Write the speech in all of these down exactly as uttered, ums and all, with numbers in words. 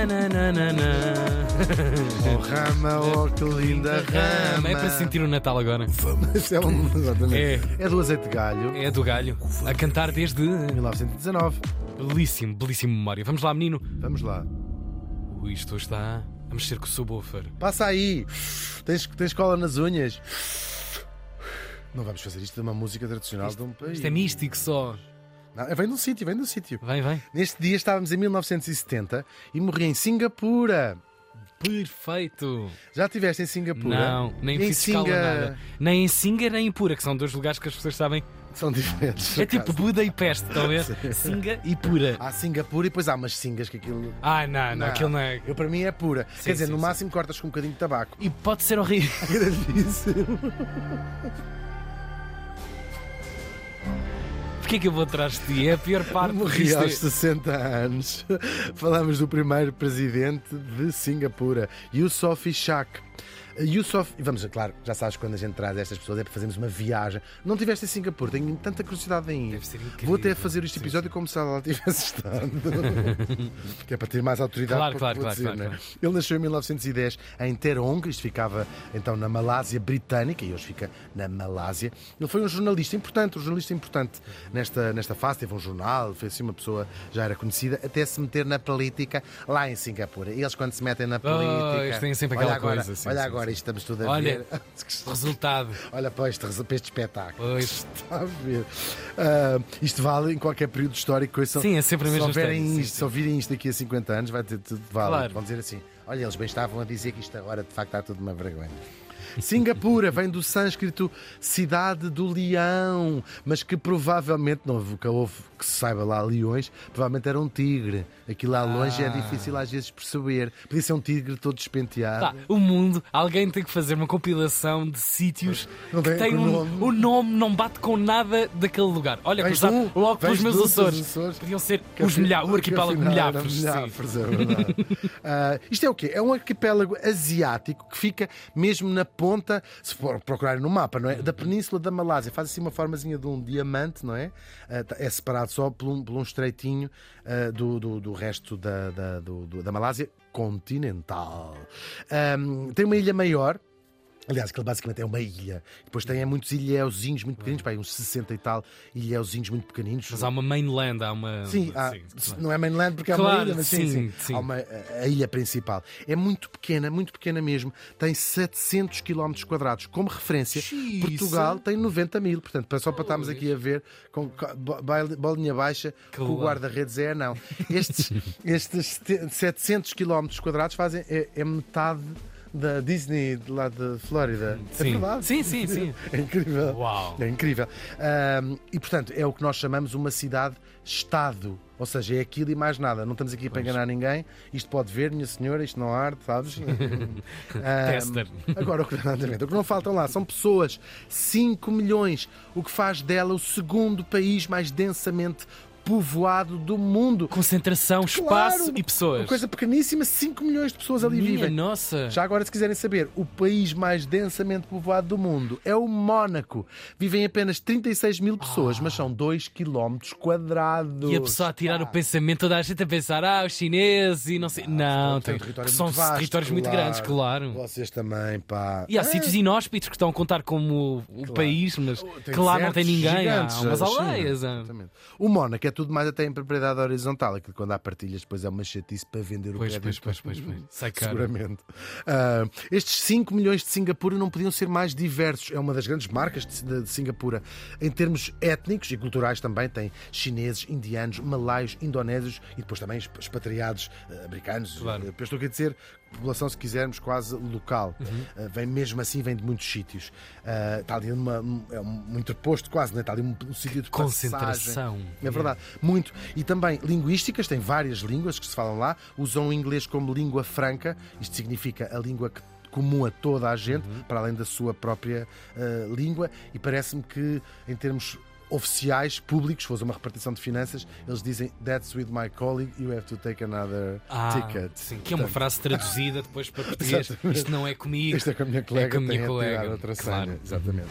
Oh rama, oh que linda rama. É para sentir o Natal agora. é, um, exatamente. É. é do Azeite de Galho. É do Galho. A cantar desde mil novecentos e dezanove. Belíssimo, belíssimo memória. Vamos lá, menino. Vamos lá. Ui, isto está a mexer com o subwoofer. Passa aí. Tens, tens cola nas unhas. Não vamos fazer isto de uma música tradicional isto, de um país. Isto é místico só. Não, vem de um sítio, vem de um sítio. Vem, vem. Neste dia estávamos em mil novecentos e setenta e morri em Singapura. Perfeito. Já estiveste em Singapura? Não, nem fiz escala nada. Nem em Singa nem em Pura, que são dois lugares que as pessoas sabem. São diferentes. É tipo Buda e Peste, estão a ver? Singa e Pura. Há Singapura e depois há umas singas que aquilo. Ah, não, não, não. Aquilo não é. Eu, para mim é pura. Sim, Quer dizer, sim, no sim. máximo cortas com um bocadinho de tabaco. E pode ser horrível. Gravíssimo. Porquê que eu vou atrás de ti? É a pior parte. Morri disto. aos sessenta anos. Falamos do primeiro presidente de Singapura, Yusof Ishak. Yusof, e vamos, claro, já sabes, quando a gente traz estas pessoas é para fazermos uma viagem. Não estiveste em Singapura, tenho tanta curiosidade em ir. Deve ser incrível. Vou até fazer este Sim, episódio sim. como se ela tivesse estado. Que é para ter mais autoridade. Claro, para claro, para claro, dizer, claro, né? claro. Ele nasceu em mil novecentos e dez em Terong, isto ficava então na Malásia Britânica, e hoje fica na Malásia. Ele foi um jornalista importante, um jornalista importante nesta, nesta fase, teve um jornal, foi assim uma pessoa, já era conhecida, até se meter na política lá em Singapura. E eles quando se metem na política... Oh, eles têm sempre aquela olha agora, coisa. Sim, olha sim, agora, sim. isto estamos tudo a Olha, ver. resultado. Olha para este, para este espetáculo. Pois. Está a ver. Uh, isto vale em qualquer período histórico. Coisa, Sim, é sempre a mesma se ouvirem história. isto, Sim, se ouvirem isto daqui a cinquenta anos, vai ter tudo válido. Claro. Vão dizer assim: olha, eles bem estavam a dizer que isto agora de facto está tudo uma vergonha. Singapura vem do sânscrito cidade do leão, mas que provavelmente, não nunca houve que se saiba lá leões, provavelmente era um tigre. Aquilo lá longe Ah. é difícil às vezes perceber. Podia ser um tigre todo despenteado. Tá, o mundo, alguém tem que fazer uma compilação de sítios Não que tem- tem com um, nome. o nome não bate com nada daquele lugar. Olha, Vens cruzado tu, logo pelos vens meus tu dos Açores. Açores. Podiam ser Que os afi- milha... o que arquipélago de afinal era Milhafres. sim. Milhafres, é verdade. Ah, isto é o quê? É um arquipélago asiático que fica mesmo na ponta, se for procurarem no mapa, não é? Da Península da Malásia. Faz assim uma formazinha de um diamante, não é? Ah, é separado só por um, por um estreitinho ah, do, do, do resto da, da, do- do- da Malásia continental. Ahm, tem uma ilha maior. Aliás, aquilo basicamente é uma ilha. Depois tem é, muitos ilhéuzinhos muito pequeninos, pá, uns sessenta e tal ilhéuzinhos muito pequeninos. Mas há uma mainland, há uma. Sim, há- sim, claro. não é mainland porque é Claro, uma ilha, mas sim, sim, sim. sim. Há uma, a, a ilha principal. É muito pequena, muito pequena mesmo. Tem setecentos quilómetros quadrados. Como referência, Xiii, Portugal isso. tem noventa mil. Portanto, só para estarmos aqui a ver com co- bo- baile- bolinha baixa, Claro. com o guarda-redes é não. Estes, estes setecentos quilómetros quadrados fazem é, é metade da Disney de lá de Flórida. É Sim. verdade. Sim, sim, sim. É incrível. Uau. É incrível. Ahm, e, portanto, é o que nós chamamos uma cidade-estado. Ou seja, é aquilo e mais nada. Não estamos aqui para enganar ninguém. Isto pode ver, minha senhora, isto não arde, sabes? Ahm, Tester. Agora, o que, exatamente, o que não faltam lá são pessoas. cinco milhões. O que faz dela o segundo país mais densamente povoado do mundo. Concentração, espaço Claro, e pessoas. Uma coisa pequeníssima, cinco milhões de pessoas ali Minha vivem. nossa. Já agora, se quiserem saber, o país mais densamente povoado do mundo é o Mónaco. Vivem apenas trinta e seis mil pessoas, mas são dois quilómetros quadrados. E a pessoa a tirar o pensamento, toda a gente a pensar, ah, os chineses e não sei. não, Tem tem, um território são muito vasto, territórios muito claro. grandes, claro. Vocês também, pá. E há Ah, sítios inóspitos que estão a contar como o país, mas tem que lá não tem desertos ninguém. gigantes, Há umas sim, aldeias. há- exatamente. O Mónaco é tudo mais até em propriedade horizontal. Aquilo quando há partilhas depois é uma chatice para vender o Pois, crédito. pois, pois, pois, pois. Sai caro. Seguramente. Ah, estes cinco milhões de Singapura não podiam ser mais diversos. É uma das grandes marcas de, de- de Singapura. Em termos étnicos e culturais também, tem chineses, indianos, malaios, indonésios e depois também exp- expatriados eh, americanos. Claro. Eh, Eu estou aqui a dizer população, se quisermos, quase local. Uhum. Uh, vem mesmo assim, vem de muitos sítios. Uh, está ali uma, um, é um, um interposto quase, né? Está ali um, um sítio de Concentração. passagem. É verdade, muito. E também linguísticas, tem várias línguas que se falam lá, usam o inglês como língua franca, isto significa a língua que comum a toda a gente, Uhum. para além da sua própria uh, língua, e parece-me que em termos oficiais, públicos, se fosse uma repartição de finanças, eles dizem "That's with my colleague, you have to take another Ah, ticket." sim, que é uma Portanto, frase traduzida depois para português. Exatamente. Isto não é comigo. Isto é com a minha colega, com a minha tem a colega, tirar outra claro. senha. Exatamente.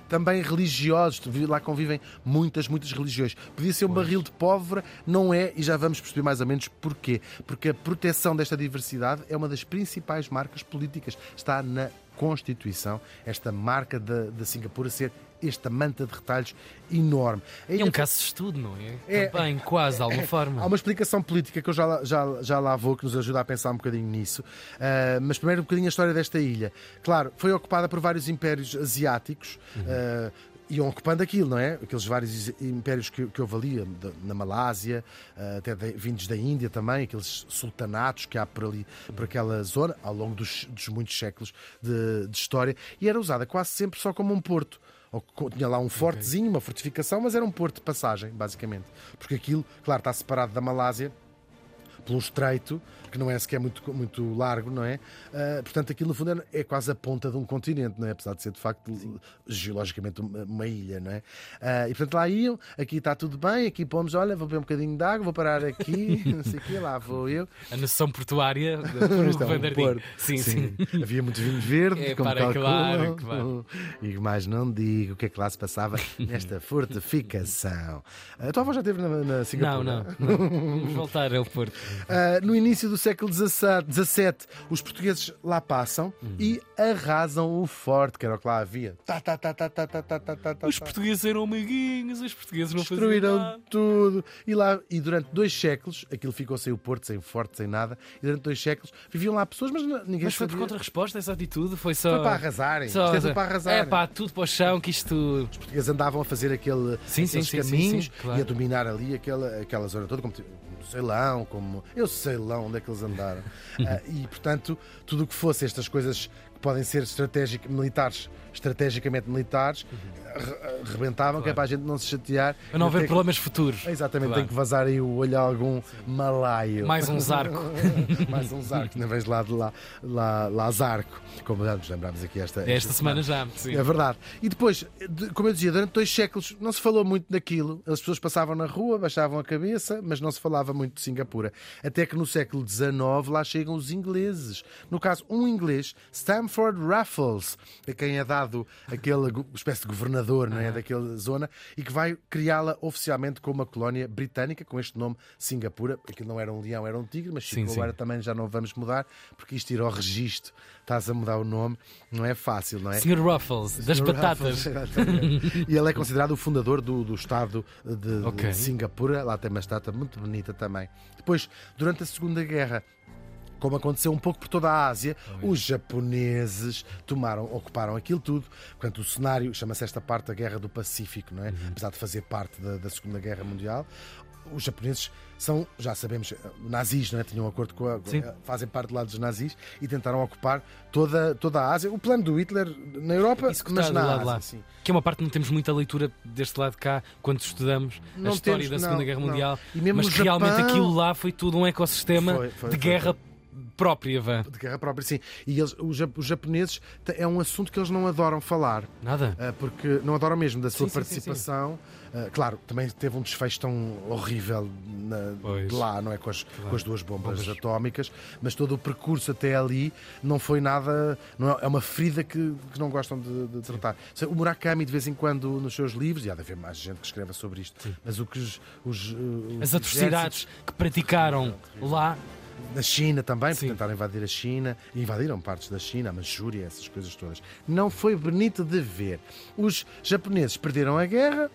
também religiosos. Lá convivem muitas, muitas religiões. Podia ser um barril de pólvora, não é, e já vamos perceber mais ou menos porquê. Porque a proteção desta diversidade é uma das principais marcas políticas. Está na Constituição, esta marca de Singapura ser esta manta de retalhos enorme. É um caso de estudo, não é? é Também, quase, de alguma é, forma. Há uma explicação política que eu já, já, já lá vou, que nos ajuda a pensar um bocadinho nisso. Uh, mas primeiro um bocadinho a história desta ilha. Claro, foi ocupada por vários impérios asiáticos, uhum. uh, iam ocupando aquilo, não é? Aqueles vários impérios que, que houve ali, na Malásia, até de, vindos da Índia também, aqueles sultanatos que há por ali, por aquela zona, ao longo dos, dos muitos séculos de, de história, e era usada quase sempre só como um porto. Ou, tinha lá um fortezinho, uma fortificação, mas era um porto de passagem, basicamente. Porque aquilo, claro, está separado da Malásia por um estreito, que não é sequer muito, muito largo, não é? Uh, portanto, aquilo no fundo é, é quase a ponta de um continente, não é? Apesar de ser de facto Sim. geologicamente uma, uma ilha, não é? Uh, e portanto lá iam, aqui está tudo bem, aqui pomos, olha, vou beber um bocadinho de água, vou parar aqui, não sei o quê, lá vou eu. A nação portuária de é um Porto. Sim, sim, sim. Havia muito vinho verde, é, como para, calculam. Claro, claro. E mais não digo o que é que lá se passava nesta fortificação. A tua avó já esteve na, na Singapura? Não, não, não. Vamos voltar ao Porto. Uh, no início do século dezassete, os portugueses lá passam uhum. e arrasam o forte, que era o que lá havia. Tá, tá, tá, tá, tá, tá, tá, tá, tá, os portugueses eram amiguinhos, os portugueses não faziam destruíram nada. tudo. E, lá, e durante dois séculos, aquilo ficou sem o porto, sem forte, sem nada, e durante dois séculos viviam lá pessoas, mas ninguém Mas foi sabia. por contra-resposta essa atitude? Foi só... Foi para arrasarem. Só... Isto é tudo para arrasarem. É pá, tudo para o chão, que isto... Os portugueses andavam a fazer aquele, sim, aqueles sim, caminhos sim, sim, claro. e a dominar ali aquela, aquela zona toda, como Ceilão, como... Eu sei lá onde é que eles andaram. uh, e, portanto, tudo o que fosse estas coisas que podem ser estratégico, militares, estrategicamente militares, uhum. rebentavam, claro. Que é para a gente não se chatear. Para não haver problemas que... futuros. Exatamente, claro. Tem que vazar aí o olho a algum Sim. malaio. Mais um zarco. Mais um zarco, não vejo lá de lá, lá, lá zarco, como já nos lembramos aqui esta, esta, esta semana, semana já. Sim. É verdade. E depois, como eu dizia, durante dois séculos não se falou muito daquilo. As pessoas passavam na rua, baixavam a cabeça, mas não se falava muito de Singapura. Até que no século dezenove lá chegam os ingleses. No caso, um inglês, Stamford Raffles, a quem é dado aquele espécie de governador, não é, daquela zona, e que vai criá-la oficialmente como uma colónia britânica, com este nome Singapura. Aquilo não era um leão, era um tigre, mas sim, agora sim. Também já não vamos mudar, porque isto ir ao registro, estás a mudar o nome, não é fácil, não é? senhor Ruffles, das senhor batatas. Ruffles, e ele é considerado o fundador do, do Estado de, okay. de Singapura. Lá tem uma estátua muito bonita também. Depois, durante a Segunda Guerra, como aconteceu um pouco por toda a Ásia, oh, os japoneses tomaram, ocuparam aquilo tudo. Portanto, o cenário, chama-se esta parte da Guerra do Pacífico, não é? Uhum. Apesar de fazer parte da, da Segunda Guerra Mundial. Os japoneses são, já sabemos, nazis, não é? Tinham um acordo com a, fazem parte do lado dos nazis e tentaram ocupar toda, toda a Ásia. O plano do Hitler na Europa, Isso que mas está na lado Ásia, lá. Sim. Que é uma parte que não temos muita leitura deste lado de cá quando estudamos não a história temos, da Segunda não, Guerra não. Mundial. Mas que realmente Japão... aquilo lá foi tudo um ecossistema foi, foi, de foi, guerra foi. própria, vá. De guerra própria, sim. E eles, os, os japoneses, é um assunto que eles não adoram falar. Nada. Porque não adoram mesmo da sua sim, participação. Sim, sim, sim. Uh, claro, também teve um desfecho tão horrível na, de lá, não é? Com as, claro. Com as duas bombas, bombas atómicas, mas todo o percurso até ali não foi nada. Não é, é uma ferida que, que não gostam de, de tratar. O Murakami, de vez em quando, nos seus livros, e há de haver mais gente que escreva sobre isto, sim. Mas o que os. os, os as atrocidades que praticaram lá. Na China também, por tentar invadir a China. Invadiram partes da China, a Manchúria, essas coisas todas. Não foi bonito de ver. Os japoneses perderam a guerra,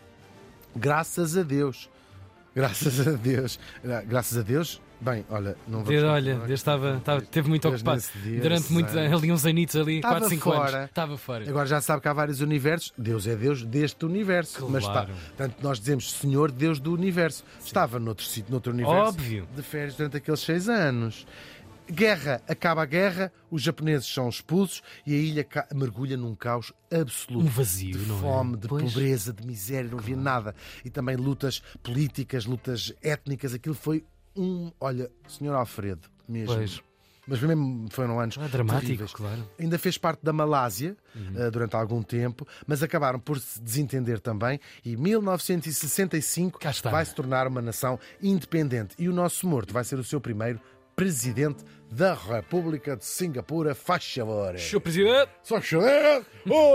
graças a Deus. Graças a Deus. Graças a Deus. Bem, olha, não vou. Olha, Deus estava, estava, esteve muito Deus ocupado. Dia, Durante muito, ali uns anitos ali, quatro, cinco anos. Estava fora. Agora já sabe que há vários universos. Deus é Deus deste universo. Claro. Mas está, portanto, nós dizemos Senhor Deus do universo. Sim. Estava noutro sítio, noutro universo. Óbvio. De férias durante aqueles seis anos. Guerra, acaba a guerra, os japoneses são expulsos e a ilha mergulha num caos absoluto. Um vazio, de não fome, é? de Pois. pobreza, de miséria, não havia nada. E também lutas políticas, lutas étnicas. Aquilo foi um, olha, senhor Alfredo, mesmo. Pois. Mas mesmo foram anos é dramático, terríveis. Claro. Ainda fez parte da Malásia uhum. uh, durante algum tempo, mas acabaram por se desentender também e mil novecentos e sessenta e cinco vai se tornar uma nação independente. E o nosso morto vai ser o seu primeiro Presidente da República de Singapura. Faz favor. Senhor Presidente. Só chorar.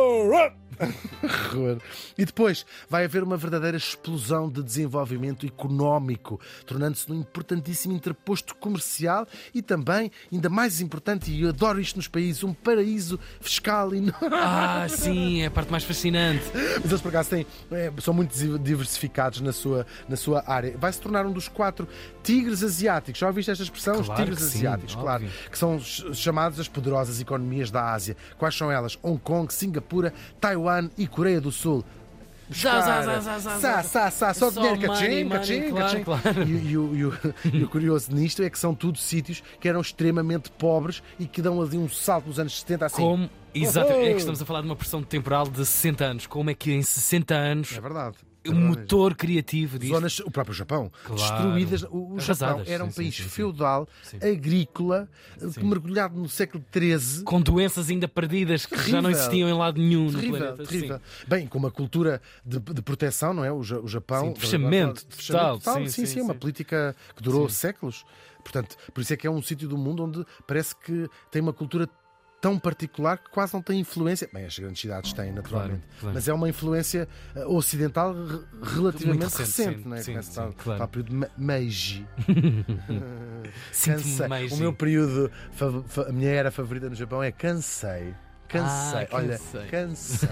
E depois vai haver uma verdadeira explosão de desenvolvimento económico, tornando-se num importantíssimo interposto comercial e também, ainda mais importante, e eu adoro isto nos países, um paraíso fiscal. E... Ah, sim, é a parte mais fascinante. Mas eles, por acaso, têm, é, são muito diversificados na sua, na sua área. Vai se tornar um dos quatro tigres asiáticos. Já ouviste esta expressão? Claro, os tigres sim, asiáticos, óbvio. claro. Que são chamadas as poderosas economias da Ásia. Quais são elas? Hong Kong, Singapura, Taiwan e Coreia do Sul. Zá, zá, zá, zá, zá, Sá, sá, sá, só Só dinheiro, money, cachim, cachim, money, cachim. claro, claro. E, e o- e o- e o curioso nisto é que são tudo sítios que eram extremamente pobres e que dão ali um salto nos anos setenta assim. Como, exato, Oh, oh. é que estamos a falar de uma pressão temporal de sessenta anos. Como é que em sessenta anos É verdade. É o verdade. motor criativo disto... Zonas, o próprio Japão, Claro. destruídas. O, o Japão Arrasadas, era um sim, sim, país sim, sim. feudal, Sim. agrícola, Sim. mergulhado no século treze. Com doenças ainda perdidas que já não Terrível. existiam em lado nenhum no Terrível, planeta. terrível. Sim. Bem, com uma cultura de, de proteção, não é? O, Ja- o Japão. Sim, de fechamento de fechamento total. Sim, Sim, sim, sim, uma sim. política que durou Sim. séculos. Portanto, por isso é que é um sítio do mundo onde parece que tem uma cultura tão particular que quase não tem influência. Bem, as grandes cidades têm, naturalmente. Claro, claro. Mas é uma influência eh, ocidental re- relativamente Muito recente, recente, sim, não é? sim, Começa sim, tal- claro. tal período de Meiji. Sinto-me Cansei. Meiji. O meu período, fa- fa- a minha era favorita no Japão é Cansei. Cansei, Ah, olha, cansei. cansei.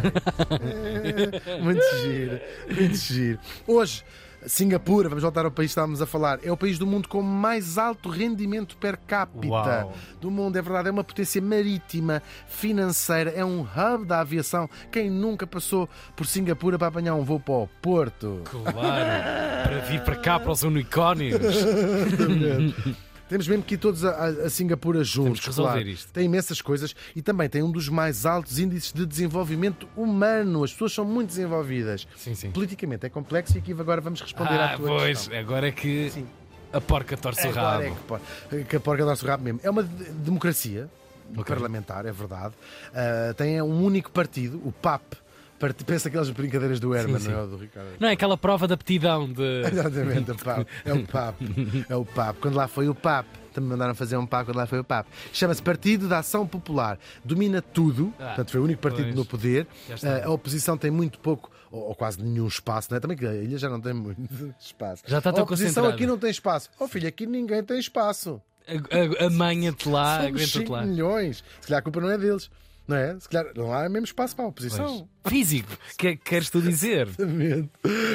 É, muito giro, muito giro. Hoje, Singapura, vamos voltar ao país que estávamos a falar, é o país do mundo com mais alto rendimento per capita Uau. do mundo. É verdade, é uma potência marítima, financeira, é um hub da aviação. Quem nunca passou por Singapura para apanhar um voo para o Porto? Claro, para vir para cá, para os unicórnios. Temos mesmo que ir todos a, a- a Singapura juntos. Temos que resolver claro. isto. Tem imensas coisas e também tem um dos mais altos índices de desenvolvimento humano. As pessoas são muito desenvolvidas. Sim, sim. Politicamente é complexo e aqui agora vamos responder Ah, à tua pois, questão. agora é que Sim. a porca torce o Agora é rabo. que, pode- que a porca dá-se o rabo mesmo. É uma de- democracia Ok. parlamentar, é verdade. Ah, tem um único partido, o P A P. Part- Pensa aquelas brincadeiras do Herman, Sim, não é? sim. O do Ricardo. Não é aquela prova de aptidão de. Exatamente, o P A P. É o P A P. É o P A P. Quando lá foi o P A P, também mandaram fazer um P A P quando lá foi o P A P. Chama-se Partido da Ação Popular. Domina tudo, Ah, portanto foi o único partido pois. no poder. Já está. Ah, a oposição tem muito pouco, ou, ou quase nenhum espaço, não é? Também que a ilha já não tem muito espaço. Já está a tão oposição concentrada. aqui não tem espaço. Oh filho, aqui ninguém tem espaço. A, a, a manha-te lá, Somos aguenta-te cinco lá. milhões. Se calhar a culpa não é deles. Não é? Se calhar não há mesmo espaço para a oposição. Pois. Físico, que queres tu dizer? Exatamente.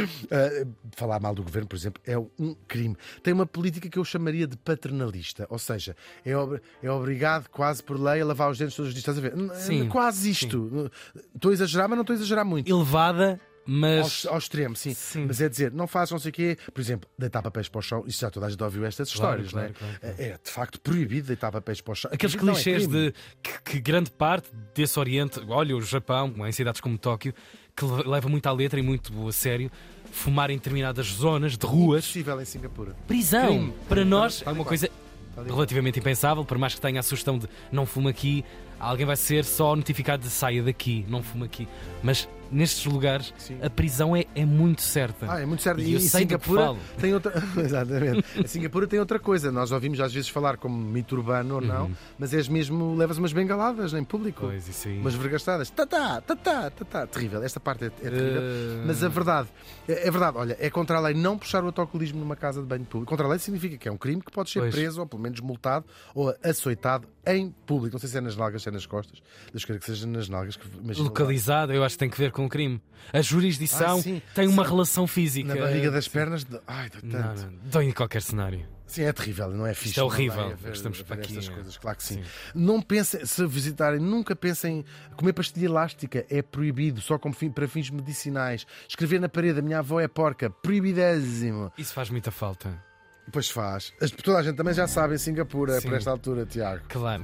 Uh, falar mal do governo, por exemplo, é um crime. Tem uma política que eu chamaria de paternalista, ou seja, é, ob- é obrigado quase por lei a lavar os dentes todos os dias. Estás a ver? N- Sim, Quase isto. Estou a exagerar, mas não estou a exagerar muito. Elevada, mas. Ao, ao extremo, sim. Sim. Mas é dizer, não faz não sei o quê. Por exemplo, deitar papéis para o chão. Isso já toda a gente ouviu estas Claro, histórias, claro, não é? claro, claro. É de facto proibido deitar papéis para o chão. Aqueles Não, é clichês crime. de que, que grande parte desse Oriente, olha, o Japão, em cidades como Tóquio, que le- leva muito à letra e muito a sério, fumar em determinadas zonas de ruas, Impossível em Singapura. prisão. Crime. Para nós é Tal e uma qual. coisa Tal e qual. relativamente impensável, por mais que tenha a sugestão de não fuma aqui, alguém vai ser só notificado de saia daqui, não fuma aqui. Mas nestes lugares Sim. a prisão é, é muito certa. Ah, é muito certo. E E, eu em sei do que Singapura falo. tem outra. Exatamente. A Singapura tem outra coisa. Nós ouvimos às vezes falar como mito urbano ou não, mas és mesmo. Levas umas bengaladas em público. Pois, isso aí. Umas vergastadas. Tatá, tatá, tatá. Terrível. Esta parte é, é terrível. Eh, Mas a verdade, é, é verdade, olha, é contra a lei não puxar o autocolismo numa casa de banho público. Contra a lei significa que é um crime que pode ser Pois. preso ou pelo menos multado ou açoitado em público. Não sei se é nas nalgas, se é nas costas. Deus queira que seja nas nalgas. Que, imagina lá. Localizado, eu acho que tem que ver com o crime. A jurisdição Ah, sim, tem uma sim. relação física. Na barriga das pernas. De... Ai, de Não, tanto. não, dói em qualquer cenário. Sim, é terrível, não é fixe. Isto é não horrível, vai haver- estamos haver aqui, estas é. coisas, claro que sim. Sim. Não pensem, se visitarem, nunca pensem. Comer pastilha elástica é proibido, só como fim- para fins medicinais. Escrever na parede, a minha avó é porca, proibidésimo. Isso faz muita falta. Pois faz. As- Toda a gente também já sabe em Singapura, Sim. por esta altura, Tiago. Claro.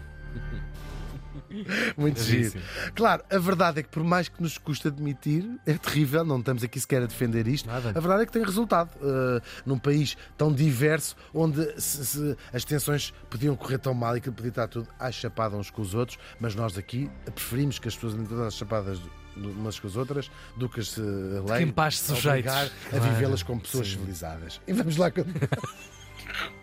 Muito giro. Sim. Claro, a verdade é que por mais que nos custe admitir, é terrível, não estamos aqui sequer a defender isto. Nada. A verdade é que tem resultado. Uh, num país tão diverso, onde se- se as tensões podiam correr tão mal e que podia estar tudo à chapada uns com os outros, mas nós aqui preferimos que as pessoas andem todas às chapadas umas com as outras do que se a lei em paz sujeitos. obrigar a Claro, vivê-las como pessoas sim. civilizadas. E vamos lá com...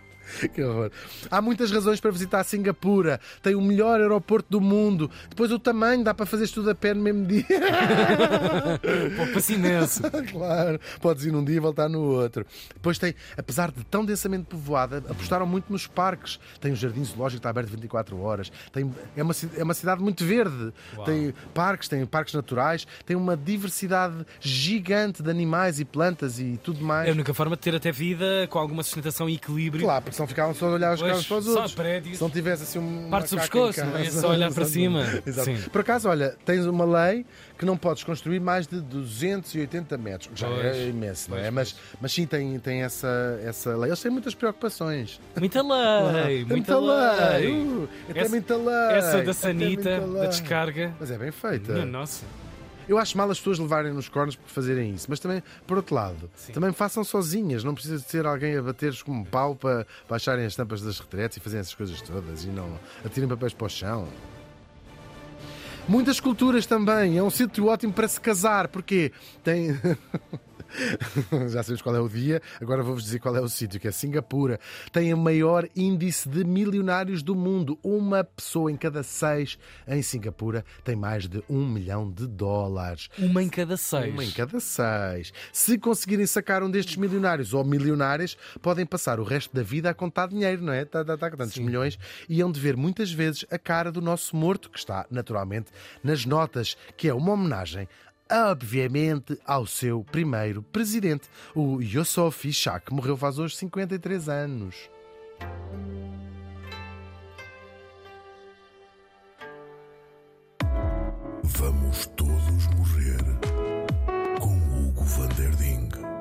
Que horror. Há muitas razões para visitar Singapura. Tem o melhor aeroporto do mundo. Depois o tamanho, dá para fazer tudo a pé no mesmo dia. Poupa-se imenso. Claro, podes ir num dia e voltar no outro. Depois tem, apesar de tão densamente povoada, apostaram muito nos parques. Tem um jardim zoológico que está aberto vinte e quatro horas. Tem, é, uma, é uma cidade muito verde. Uau. Tem parques, tem parques naturais, tem uma diversidade gigante de animais e plantas e tudo mais. É a única forma de ter até vida com alguma sustentação e equilíbrio. Claro, porque senão ficavam só a olhar os Pois, carros para os só outros. prédios. Se não tivesse assim um Parte do macaco em pescoço, não é? casa. Só olhar para cima. Exato. Sim. Por acaso, olha, tens uma lei que não podes construir mais de duzentos e oitenta metros. Já Pois. é imenso, não é? Pois, Mas, mas sim, tem, tem essa, essa lei. Eles têm muitas preocupações. Muita lei, Tem muita lei. Uh, até Essa- muita lei. Essa da até sanita, muita lei. da descarga. Mas é bem feita. Minha nossa. Eu acho mal as pessoas levarem nos cornos por fazerem isso, mas também, por outro lado, Sim. também façam sozinhas. Não precisa de ser alguém a bater-vos com um pau para baixarem as tampas das retretes e fazerem essas coisas todas e não atirem papéis para o chão. Muitas culturas também. É um sítio ótimo para se casar. Porquê? Tem... Já sabemos qual é o dia, agora vou-vos dizer qual é o sítio, que é Singapura. Tem o maior índice de milionários do mundo. Uma pessoa em cada seis em Singapura tem mais de um milhão de dólares. Uma em cada seis. Uma em cada seis. Se conseguirem sacar um destes milionários ou milionárias, podem passar o resto da vida a contar dinheiro, não é? Tá, tá, tá, com tantos Sim. milhões. E hão de ver muitas vezes a cara do nosso morto, que está naturalmente nas notas, que é uma homenagem, obviamente, ao seu primeiro presidente, o Yusof Ishak, que morreu faz hoje cinquenta e três anos. Vamos todos morrer com Hugo van der Ding.